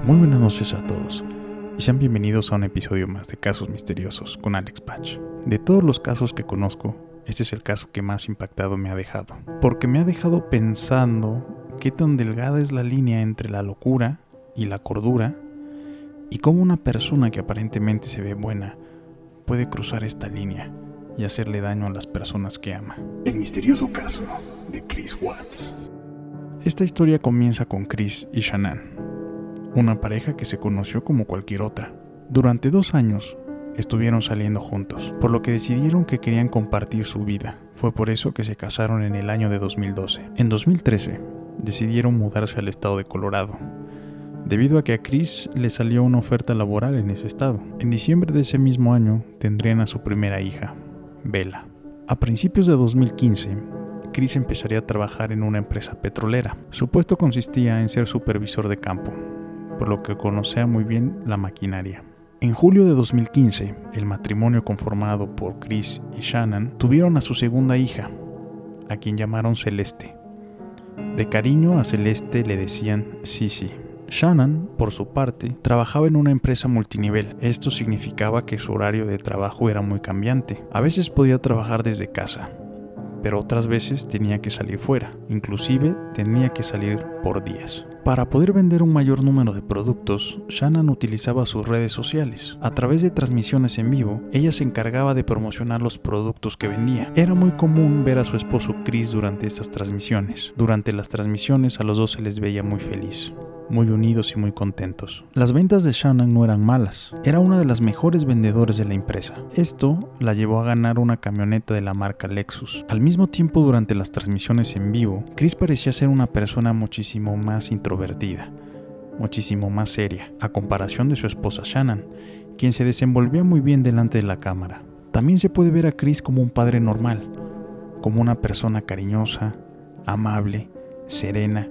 Muy buenas noches a todos y sean bienvenidos a un episodio más de Casos Misteriosos con Alex Patch. De todos los casos que conozco, este es el caso que más impactado me ha dejado, porque me ha dejado pensando qué tan delgada es la línea entre la locura y la cordura y cómo una persona que aparentemente se ve buena puede cruzar esta línea y hacerle daño a las personas que ama. El misterioso caso de Chris Watts. Esta historia comienza con Chris y Shannon, una pareja que se conoció como cualquier otra. Durante 2 años estuvieron saliendo juntos, por lo que decidieron que querían compartir su vida. Fue por eso que se casaron en el año de 2012. En 2013 decidieron mudarse al estado de Colorado, debido a que a Chris le salió una oferta laboral en ese estado. En diciembre de ese mismo año tendrían a su primera hija, Bella. A principios de 2015, Chris empezaría a trabajar en una empresa petrolera. Su puesto consistía en ser supervisor de campo, por lo que conocía muy bien la maquinaria. En julio de 2015, el matrimonio conformado por Chris y Shannon tuvieron a su segunda hija, a quien llamaron Celeste. De cariño a Celeste le decían Sisi. Shannon, por su parte, trabajaba en una empresa multinivel. Esto significaba que su horario de trabajo era muy cambiante. A veces podía trabajar desde casa, pero otras veces tenía que salir fuera, inclusive tenía que salir por días. Para poder vender un mayor número de productos, Shannon utilizaba sus redes sociales. A través de transmisiones en vivo, ella se encargaba de promocionar los productos que vendía. Era muy común ver a su esposo Chris durante estas transmisiones. Durante las transmisiones a los dos se les veía muy feliz, muy unidos y muy contentos. Las ventas de Shannon no eran malas, era una de las mejores vendedores de la empresa. Esto la llevó a ganar una camioneta de la marca Lexus. Al mismo tiempo, durante las transmisiones en vivo, Chris parecía ser una persona muchísimo más introvertida, muchísimo más seria, a comparación de su esposa Shannon, quien se desenvolvía muy bien delante de la cámara. También se puede ver a Chris como un padre normal, como una persona cariñosa, amable, serena,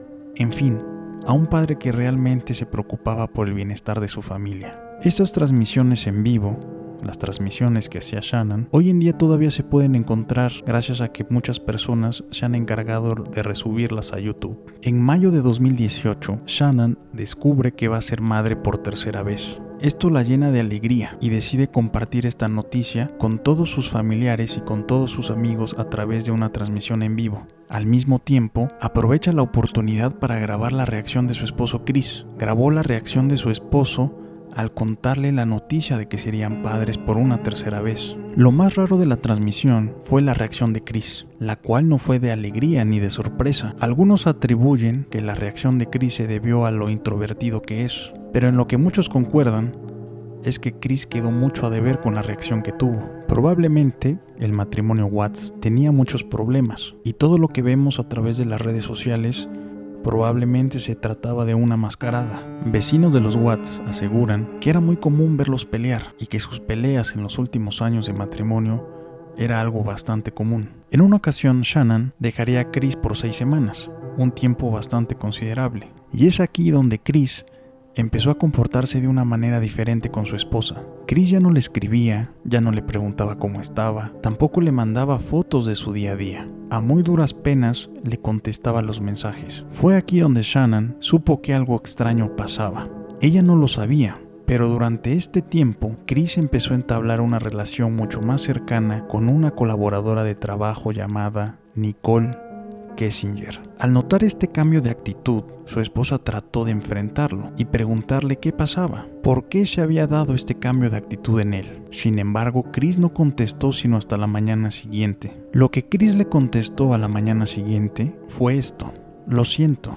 en fin, a un padre que realmente se preocupaba por el bienestar de su familia. Estas transmisiones en vivo, las transmisiones que hacía Shannon, hoy en día todavía se pueden encontrar gracias a que muchas personas se han encargado de resubirlas a YouTube. En mayo de 2018, Shannon descubre que va a ser madre por tercera vez. Esto la llena de alegría y decide compartir esta noticia con todos sus familiares y con todos sus amigos a través de una transmisión en vivo. Al mismo tiempo, aprovecha la oportunidad para grabar la reacción de su esposo Chris. Grabó la reacción de su esposo al contarle la noticia de que serían padres por una tercera vez. Lo más raro de la transmisión fue la reacción de Chris, la cual no fue de alegría ni de sorpresa. Algunos atribuyen que la reacción de Chris se debió a lo introvertido que es, pero en lo que muchos concuerdan es que Chris quedó mucho a deber con la reacción que tuvo. Probablemente el matrimonio Watts tenía muchos problemas y todo lo que vemos a través de las redes sociales probablemente se trataba de una mascarada. Vecinos de los Watts aseguran que era muy común verlos pelear y que sus peleas en los últimos años de matrimonio era algo bastante común. En una ocasión, Shannon dejaría a Chris por 6 semanas, un tiempo bastante considerable. Y es aquí donde Chris empezó a comportarse de una manera diferente con su esposa. Chris ya no le escribía, ya no le preguntaba cómo estaba, tampoco le mandaba fotos de su día a día. A muy duras penas le contestaba los mensajes. Fue aquí donde Shannon supo que algo extraño pasaba. Ella no lo sabía, pero durante este tiempo, Chris empezó a entablar una relación mucho más cercana con una colaboradora de trabajo llamada Nicole Kessinger. Al notar este cambio de actitud, su esposa trató de enfrentarlo y preguntarle qué pasaba, por qué se había dado este cambio de actitud en él. Sin embargo, Chris no contestó sino hasta la mañana siguiente. Lo que Chris le contestó a la mañana siguiente fue esto: lo siento,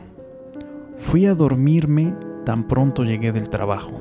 fui a dormirme tan pronto llegué del trabajo.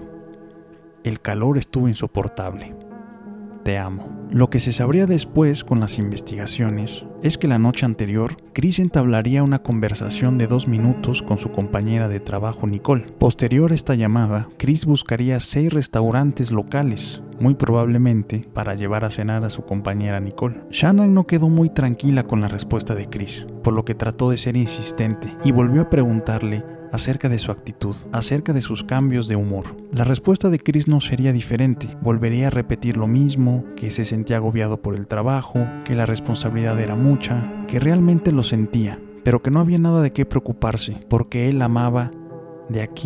El calor estuvo insoportable. Te amo. Lo que se sabría después con las investigaciones es que la noche anterior, Chris entablaría una conversación de 2 minutos con su compañera de trabajo Nicole. Posterior a esta llamada, Chris buscaría 6 restaurantes locales, muy probablemente para llevar a cenar a su compañera Nicole. Shannon no quedó muy tranquila con la respuesta de Chris, por lo que trató de ser insistente y volvió a preguntarle acerca de su actitud, acerca de sus cambios de humor. La respuesta de Chris no sería diferente. Volvería a repetir lo mismo, que se sentía agobiado por el trabajo, que la responsabilidad era mucha, que realmente lo sentía, pero que no había nada de qué preocuparse, porque él amaba de aquí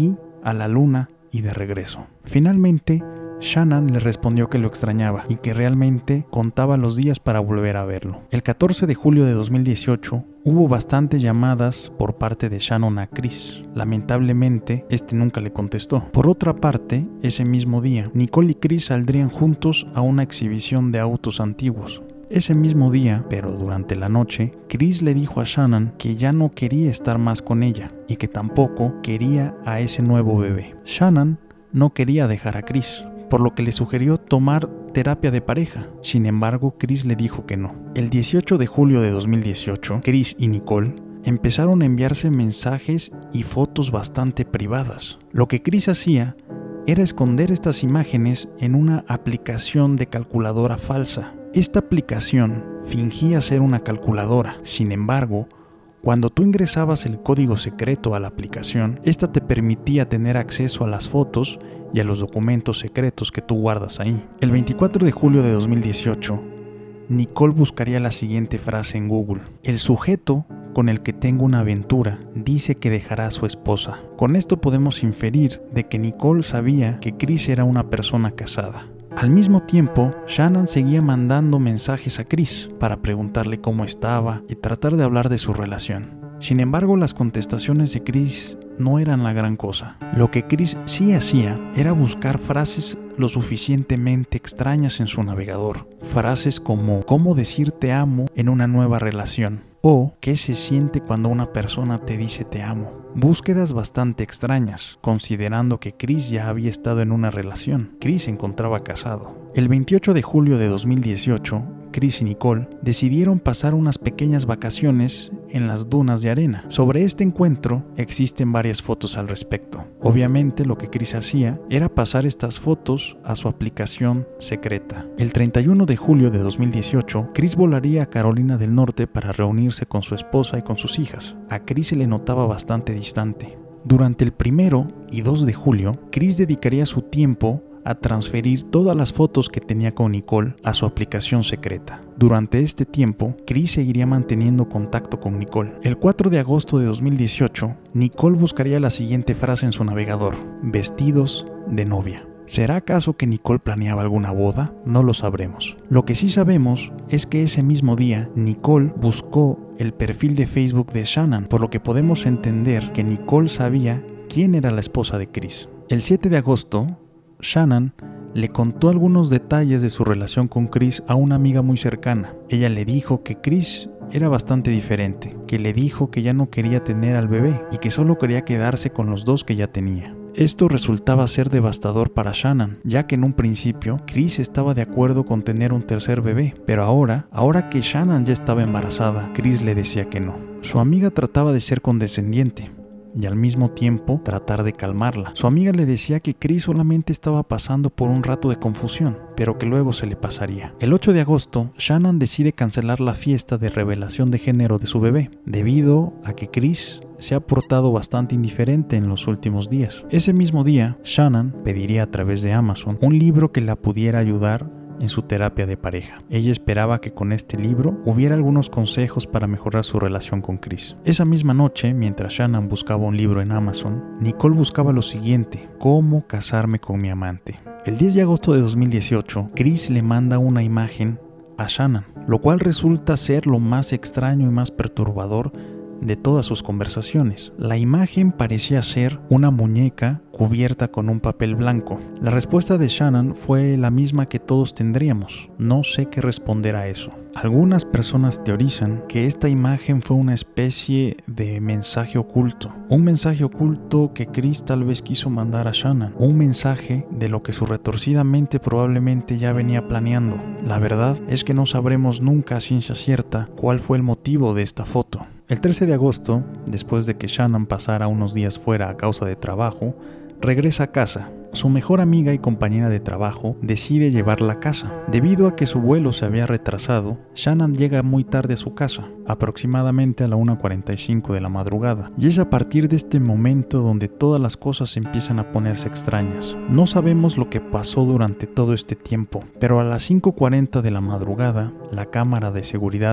a la luna y de regreso. Finalmente, Shannon le respondió que lo extrañaba y que realmente contaba los días para volver a verlo. El 14 de julio de 2018 hubo bastantes llamadas por parte de Shannon a Chris. Lamentablemente, nunca le contestó. Por otra parte, ese mismo día, Nicole y Chris saldrían juntos a una exhibición de autos antiguos. Ese mismo día, pero durante la noche, Chris le dijo a Shannon que ya no quería estar más con ella y que tampoco quería a ese nuevo bebé. Shannon no quería dejar a Chris, por lo que le sugirió tomar terapia de pareja. Sin embargo, Chris le dijo que no. El 18 de julio de 2018, Chris y Nicole empezaron a enviarse mensajes y fotos bastante privadas. Lo que Chris hacía era esconder estas imágenes en una aplicación de calculadora falsa. Esta aplicación fingía ser una calculadora. Sin embargo, cuando tú ingresabas el código secreto a la aplicación, esta te permitía tener acceso a las fotos y a los documentos secretos que tú guardas ahí. El 24 de julio de 2018, Nicole buscaría la siguiente frase en Google: el sujeto con el que tengo una aventura dice que dejará a su esposa. Con esto podemos inferir de que Nicole sabía que Chris era una persona casada. Al mismo tiempo, Shannon seguía mandando mensajes a Chris para preguntarle cómo estaba y tratar de hablar de su relación. Sin embargo, las contestaciones de Chris no eran la gran cosa. Lo que Chris sí hacía era buscar frases lo suficientemente extrañas en su navegador. Frases como "cómo decir te amo en una nueva relación" o "¿qué se siente cuando una persona te dice te amo?". Búsquedas bastante extrañas, considerando que Chris ya había estado en una relación. Chris se encontraba casado. El 28 de julio de 2018, Chris y Nicole decidieron pasar unas pequeñas vacaciones en las dunas de arena. Sobre este encuentro existen varias fotos al respecto. Obviamente lo que Chris hacía era pasar estas fotos a su aplicación secreta. El 31 de julio de 2018, Chris volaría a Carolina del Norte para reunirse con su esposa y con sus hijas. A Chris se le notaba bastante distante. Durante el 1 y 2 de julio, Chris dedicaría su tiempo a transferir todas las fotos que tenía con Nicole a su aplicación secreta. Durante este tiempo, Chris seguiría manteniendo contacto con Nicole. El 4 de agosto de 2018, Nicole buscaría la siguiente frase en su navegador: vestidos de novia. ¿Será acaso que Nicole planeaba alguna boda? No lo sabremos. Lo que sí sabemos es que ese mismo día, Nicole buscó el perfil de Facebook de Shannon, por lo que podemos entender que Nicole sabía quién era la esposa de Chris. El 7 de agosto, Shannon le contó algunos detalles de su relación con Chris a una amiga muy cercana. Ella le dijo que Chris era bastante diferente, que le dijo que ya no quería tener al bebé y que solo quería quedarse con los dos que ya tenía. Esto resultaba ser devastador para Shannon, ya que en un principio Chris estaba de acuerdo con tener un tercer bebé, pero ahora que Shannon ya estaba embarazada, Chris le decía que no. Su amiga trataba de ser condescendiente y al mismo tiempo tratar de calmarla. Su amiga le decía que Chris solamente estaba pasando por un rato de confusión, pero que luego se le pasaría. El 8 de agosto, Shannon decide cancelar la fiesta de revelación de género de su bebé, debido a que Chris se ha portado bastante indiferente en los últimos días. Ese mismo día, Shannon pediría a través de Amazon un libro que la pudiera ayudar en su terapia de pareja. Ella esperaba que con este libro hubiera algunos consejos para mejorar su relación con Chris. Esa misma noche, mientras Shannon buscaba un libro en Amazon, Nicole buscaba lo siguiente: cómo casarme con mi amante. El 10 de agosto de 2018, Chris le manda una imagen a Shannon, lo cual resulta ser lo más extraño y más perturbador de todas sus conversaciones. La imagen parecía ser una muñeca cubierta con un papel blanco. La respuesta de Shannon fue la misma que todos tendríamos: no sé qué responder a eso. Algunas personas teorizan que esta imagen fue una especie de mensaje oculto. Un mensaje oculto que Chris tal vez quiso mandar a Shannon. Un mensaje de lo que su retorcida mente probablemente ya venía planeando. La verdad es que no sabremos nunca a ciencia cierta cuál fue el motivo de esta foto. El 13 de agosto, después de que Shannon pasara unos días fuera a causa de trabajo, regresa a casa. Su mejor amiga y compañera de trabajo decide llevarla a casa. Debido a que su vuelo se había retrasado, Shannon llega muy tarde a su casa, aproximadamente a la 1:45 de la madrugada. Y es a partir de este momento donde todas las cosas empiezan a ponerse extrañas. No sabemos lo que pasó durante todo este tiempo, pero a las 5:40 de la madrugada, la cámara de seguridad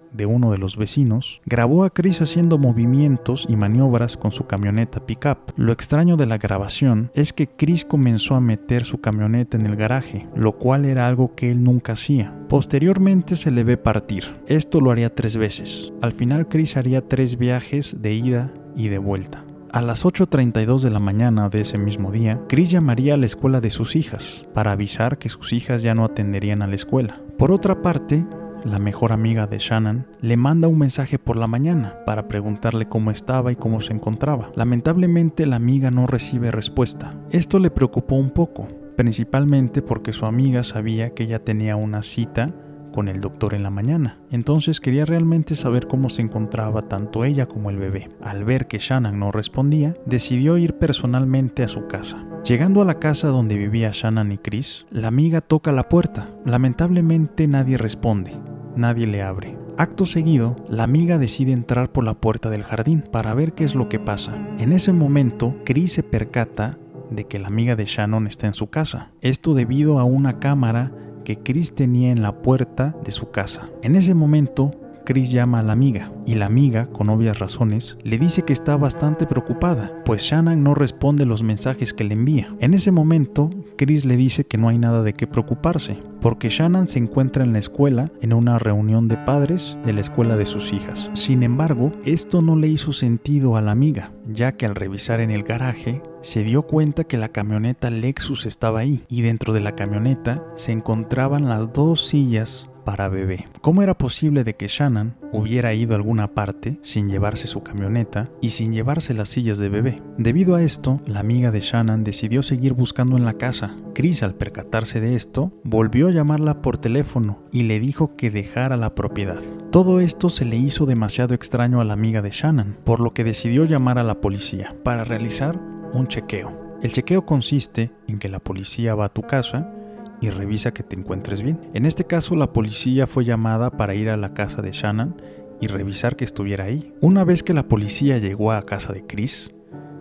de uno de los vecinos, grabó a Chris haciendo movimientos y maniobras con su camioneta pickup. Lo extraño de la grabación es que Chris comenzó a meter su camioneta en el garaje, lo cual era algo que él nunca hacía. Posteriormente se le ve partir. Esto lo haría 3 veces. Al final Chris haría 3 viajes de ida y de vuelta. A las 8:32 de la mañana de ese mismo día, Chris llamaría a la escuela de sus hijas para avisar que sus hijas ya no atenderían a la escuela. Por otra parte, la mejor amiga de Shannon le manda un mensaje por la mañana para preguntarle cómo estaba y cómo se encontraba. Lamentablemente, la amiga no recibe respuesta. Esto le preocupó un poco, principalmente porque su amiga sabía que ella tenía una cita con el doctor en la mañana. Entonces quería realmente saber cómo se encontraba tanto ella como el bebé. Al ver que Shannon no respondía, decidió ir personalmente a su casa. Llegando a la casa donde vivía Shannon y Chris, la amiga toca la puerta. Lamentablemente nadie responde, nadie le abre. Acto seguido, la amiga decide entrar por la puerta del jardín para ver qué es lo que pasa. En ese momento, Chris se percata de que la amiga de Shannon está en su casa. Esto debido a una cámara que Chris tenía en la puerta de su casa. En ese momento, Chris llama a la amiga y la amiga, con obvias razones, le dice que está bastante preocupada, pues Shannon no responde los mensajes que le envía. En ese momento, Chris le dice que no hay nada de qué preocuparse, porque Shannon se encuentra en la escuela en una reunión de padres de la escuela de sus hijas. Sin embargo, esto no le hizo sentido a la amiga, ya que al revisar en el garaje, se dio cuenta que la camioneta Lexus estaba ahí, y dentro de la camioneta se encontraban las 2 sillas para bebé. ¿Cómo era posible de que Shannon hubiera ido a alguna parte sin llevarse su camioneta y sin llevarse las sillas de bebé? Debido a esto, la amiga de Shannon decidió seguir buscando en la casa. Chris, al percatarse de esto, volvió a llamarla por teléfono y le dijo que dejara la propiedad. Todo esto se le hizo demasiado extraño a la amiga de Shannon, por lo que decidió llamar a la policía para realizar un chequeo. El chequeo consiste en que la policía va a tu casa y revisa que te encuentres bien. En este caso, la policía fue llamada para ir a la casa de Shannon y revisar que estuviera ahí. Una vez que la policía llegó a casa de Chris,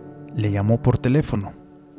le llamó por teléfono,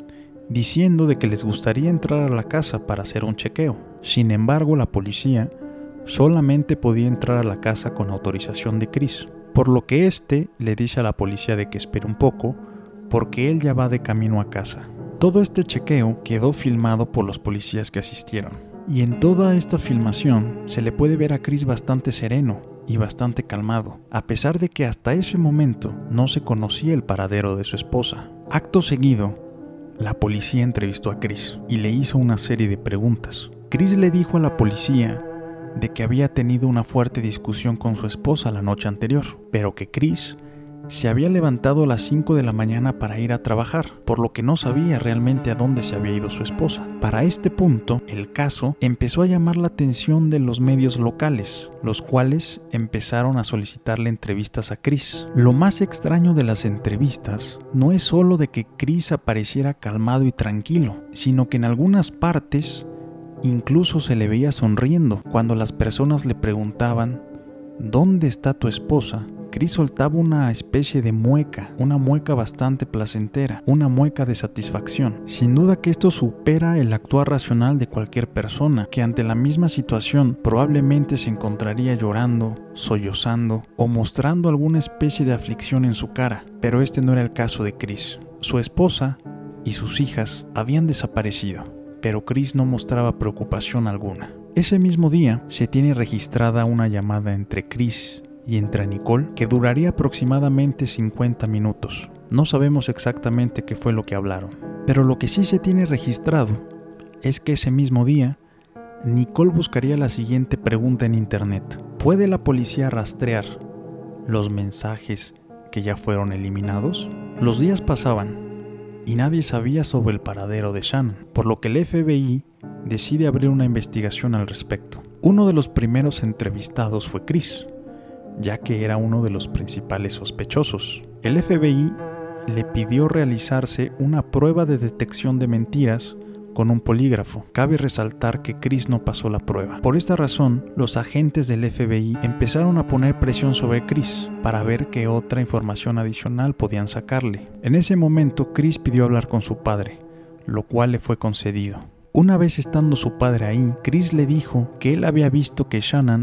diciendo de que les gustaría entrar a la casa para hacer un chequeo. Sin embargo, la policía solamente podía entrar a la casa con autorización de Chris, por lo que éste le dice a la policía de que espere un poco, porque él ya va de camino a casa. Todo este chequeo quedó filmado por los policías que asistieron, y en toda esta filmación se le puede ver a Chris bastante sereno y bastante calmado, a pesar de que hasta ese momento no se conocía el paradero de su esposa. Acto seguido, la policía entrevistó a Chris y le hizo una serie de preguntas. Chris le dijo a la policía de que había tenido una fuerte discusión con su esposa la noche anterior, pero que Chris se había levantado a las 5 de la mañana para ir a trabajar, por lo que no sabía realmente a dónde se había ido su esposa. Para este punto, el caso empezó a llamar la atención de los medios locales, los cuales empezaron a solicitarle entrevistas a Chris. Lo más extraño de las entrevistas no es solo de que Chris apareciera calmado y tranquilo, sino que en algunas partes incluso se le veía sonriendo. Cuando las personas le preguntaban ¿dónde está tu esposa?, Chris soltaba una especie de mueca, una mueca bastante placentera, una mueca de satisfacción. Sin duda que esto supera el actuar racional de cualquier persona, que ante la misma situación probablemente se encontraría llorando, sollozando o mostrando alguna especie de aflicción en su cara. Pero este no era el caso de Chris. Su esposa y sus hijas habían desaparecido, pero Chris no mostraba preocupación alguna. Ese mismo día se tiene registrada una llamada entre Chris y entre Nicole que duraría aproximadamente 50 minutos. No sabemos exactamente qué fue lo que hablaron, pero lo que sí se tiene registrado es que ese mismo día Nicole buscaría la siguiente pregunta en internet: ¿puede la policía rastrear los mensajes que ya fueron eliminados? Los días pasaban y nadie sabía sobre el paradero de Shannon, por lo que el FBI decide abrir una investigación al respecto. Uno de los primeros entrevistados fue Chris, ya que era uno de los principales sospechosos. El FBI le pidió realizarse una prueba de detección de mentiras con un polígrafo. Cabe resaltar que Chris no pasó la prueba. Por esta razón, los agentes del FBI empezaron a poner presión sobre Chris para ver qué otra información adicional podían sacarle. En ese momento, Chris pidió hablar con su padre, lo cual le fue concedido. Una vez estando su padre ahí, Chris le dijo que él había visto que Shannon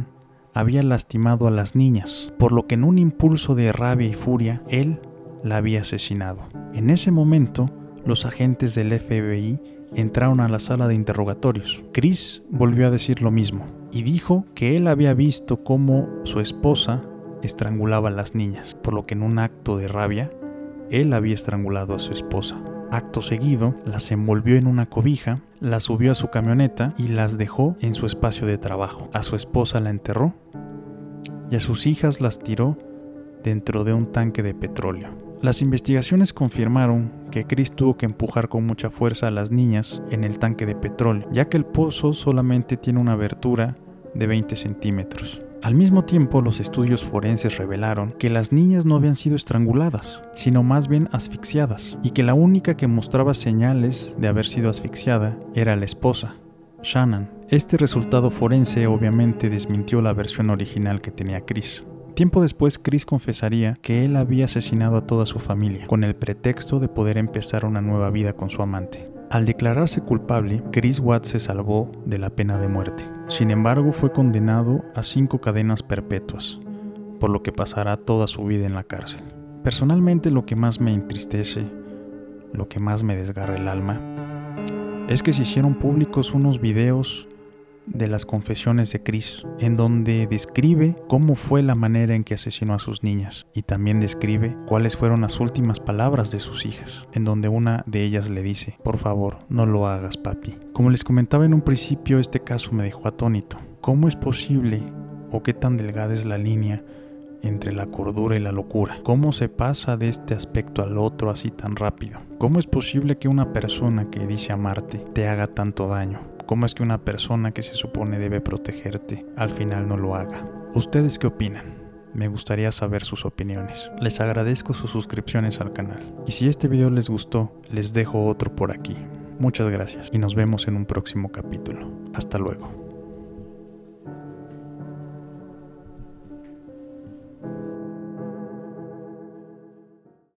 había lastimado a las niñas, por lo que en un impulso de rabia y furia, él la había asesinado. En ese momento, los agentes del FBI entraron a la sala de interrogatorios. Chris volvió a decir lo mismo y dijo que él había visto cómo su esposa estrangulaba a las niñas, por lo que en un acto de rabia, él había estrangulado a su esposa. Acto seguido, las envolvió en una cobija, las subió a su camioneta y las dejó en su espacio de trabajo. A su esposa la enterró y a sus hijas las tiró dentro de un tanque de petróleo. Las investigaciones confirmaron que Chris tuvo que empujar con mucha fuerza a las niñas en el tanque de petróleo, ya que el pozo solamente tiene una abertura de 20 centímetros. Al mismo tiempo, los estudios forenses revelaron que las niñas no habían sido estranguladas, sino más bien asfixiadas, y que la única que mostraba señales de haber sido asfixiada era la esposa, Shannon. Este resultado forense obviamente desmintió la versión original que tenía Chris. Tiempo después, Chris confesaría que él había asesinado a toda su familia, con el pretexto de poder empezar una nueva vida con su amante. Al declararse culpable, Chris Watts se salvó de la pena de muerte. Sin embargo, fue condenado a 5 cadenas perpetuas, por lo que pasará toda su vida en la cárcel. Personalmente, lo que más me entristece, lo que más me desgarra el alma, es que se hicieron públicos unos videos de las confesiones de Chris, en donde describe cómo fue la manera en que asesinó a sus niñas y también describe cuáles fueron las últimas palabras de sus hijas, en donde una de ellas le dice: por favor, no lo hagas, papi. Como les comentaba en un principio, este caso me dejó atónito. ¿Cómo es posible o qué tan delgada es la línea entre la cordura y la locura? ¿Cómo se pasa de este aspecto al otro así tan rápido? ¿Cómo es posible que una persona que dice amarte te haga tanto daño? ¿Cómo es que una persona que se supone debe protegerte al final no lo haga? ¿Ustedes qué opinan? Me gustaría saber sus opiniones. Les agradezco sus suscripciones al canal. Y si este video les gustó, les dejo otro por aquí. Muchas gracias y nos vemos en un próximo capítulo. Hasta luego.